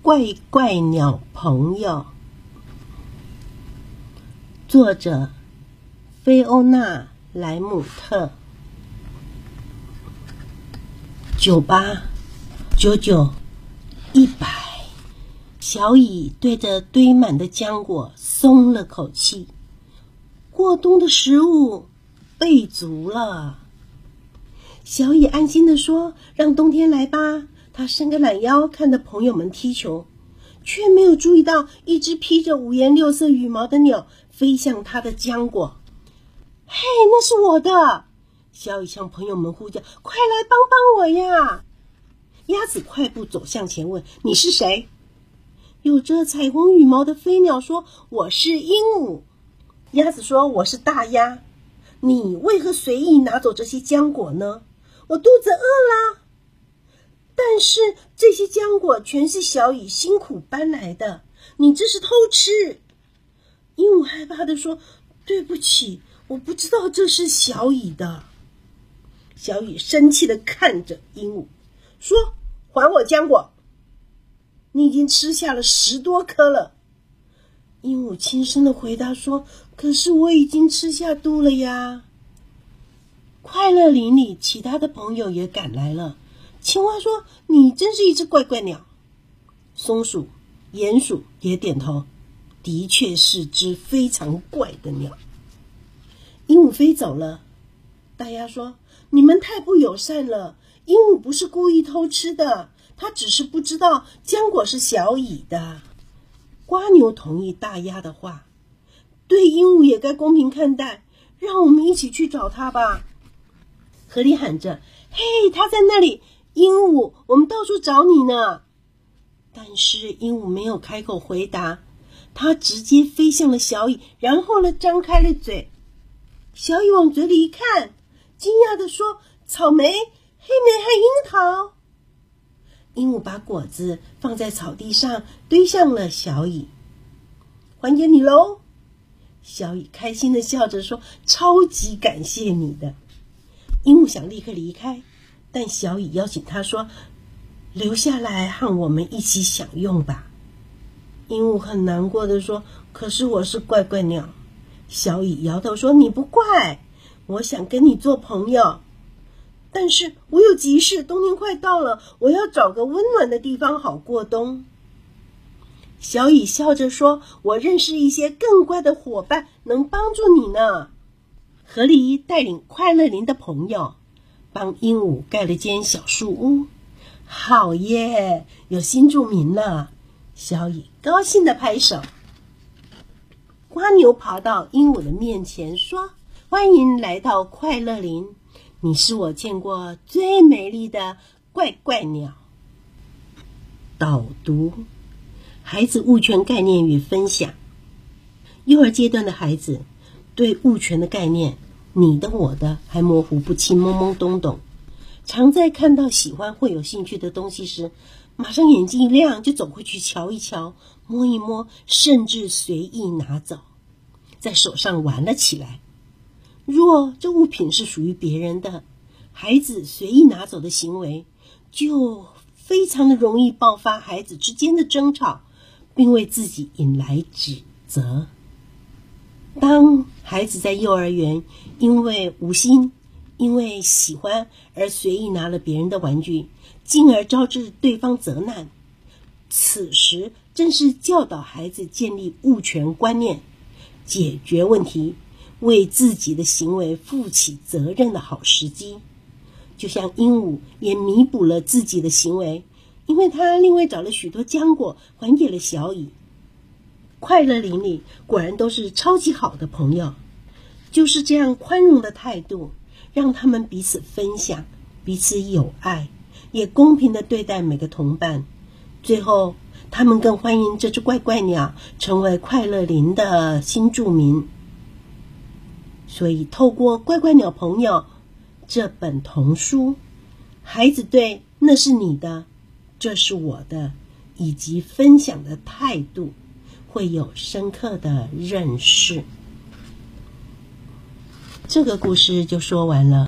怪怪鸟朋友，作者菲欧娜·莱姆特。98、99、100，小蚁对着堆满的浆果松了口气，过冬的食物备足了。小蚁安心地说：“让冬天来吧。”他伸个懒腰，看着朋友们踢球，却没有注意到一只披着五颜六色羽毛的鸟飞向他的浆果。“嘿，那是我的！”小蚁向朋友们呼叫，“快来帮帮我呀！”鸭子快步走向前问：“你是谁？”有着彩虹羽毛的飞鸟说：“我是鹦鹉。”鸭子说：“我是大鸭。”“你为何随意拿走这些浆果呢？”“我肚子饿啦。”“但是这些浆果全是小蚁辛苦搬来的，你这是偷吃。”鹦鹉害怕地说：“对不起，我不知道这是小蚁的。”小蚁生气地看着鹦鹉说：“还我浆果！你已经吃下了10多颗了。”鹦鹉轻声地回答说：“可是我已经吃下肚了呀。”快乐林里其他的朋友也赶来了。青蛙说：“你真是一只怪怪鸟。”松鼠、鼹鼠也点头，的确是只非常怪的鸟。鹦鹉飞走了。大鸭说：“你们太不友善了，鹦鹉不是故意偷吃的，它只是不知道浆果是小蚁的。”瓜牛同意大鸭的话：“对鹦鹉也该公平看待，让我们一起去找它吧。”河狸喊着：“嘿，它在那里！鹦鹉，我们到处找你呢。”但是鹦鹉没有开口回答，它直接飞向了小蚁，然后呢，张开了嘴。小蚁往嘴里一看，惊讶地说：“草莓、黑莓和樱桃。”鹦鹉把果子放在草地上，堆向了小蚁。“还给你喽！”小蚁开心地笑着说：“超级感谢你的。”鹦鹉想立刻离开，但小蚁邀请他说：“留下来和我们一起享用吧。”鹦鹉很难过地说：“可是我是怪怪鸟。”小蚁摇头说：“你不怪，我想跟你做朋友，但是我有急事，冬天快到了，我要找个温暖的地方好过冬。”小蚁笑着说：“我认识一些更乖的伙伴，能帮助你呢。”河狸带领快乐林的朋友，帮鹦鹉盖了间小树屋。“好耶，有新住民了！”小蚁高兴地拍手。蜗牛跑到鹦鹉的面前说：“欢迎来到快乐林，你是我见过最美丽的怪怪鸟。”导读：孩子物权概念与分享。幼儿阶段的孩子对物权的概念，你的我的还模糊不清，懵懵懂懂，常在看到喜欢或有兴趣的东西时，马上眼睛一亮就走回去瞧一瞧，摸一摸，甚至随意拿走，在手上玩了起来。若这物品是属于别人的，孩子随意拿走的行为就非常的容易爆发孩子之间的争吵，并为自己引来指责。当孩子在幼儿园因为无心，因为喜欢而随意拿了别人的玩具，进而招致对方责难，此时正是教导孩子建立物权观念、解决问题、为自己的行为负起责任的好时机。就像鹦鹉也弥补了自己的行为，因为他另外找了许多浆果还给了小蚁。快乐林里果然都是超级好的朋友，就是这样宽容的态度，让他们彼此分享，彼此友爱，也公平地对待每个同伴。最后他们更欢迎这只怪怪鸟成为快乐林的新住民。所以透过怪怪鸟朋友这本童书，孩子对那是你的，这是我的以及分享的态度会有深刻的认识。这个故事就说完了。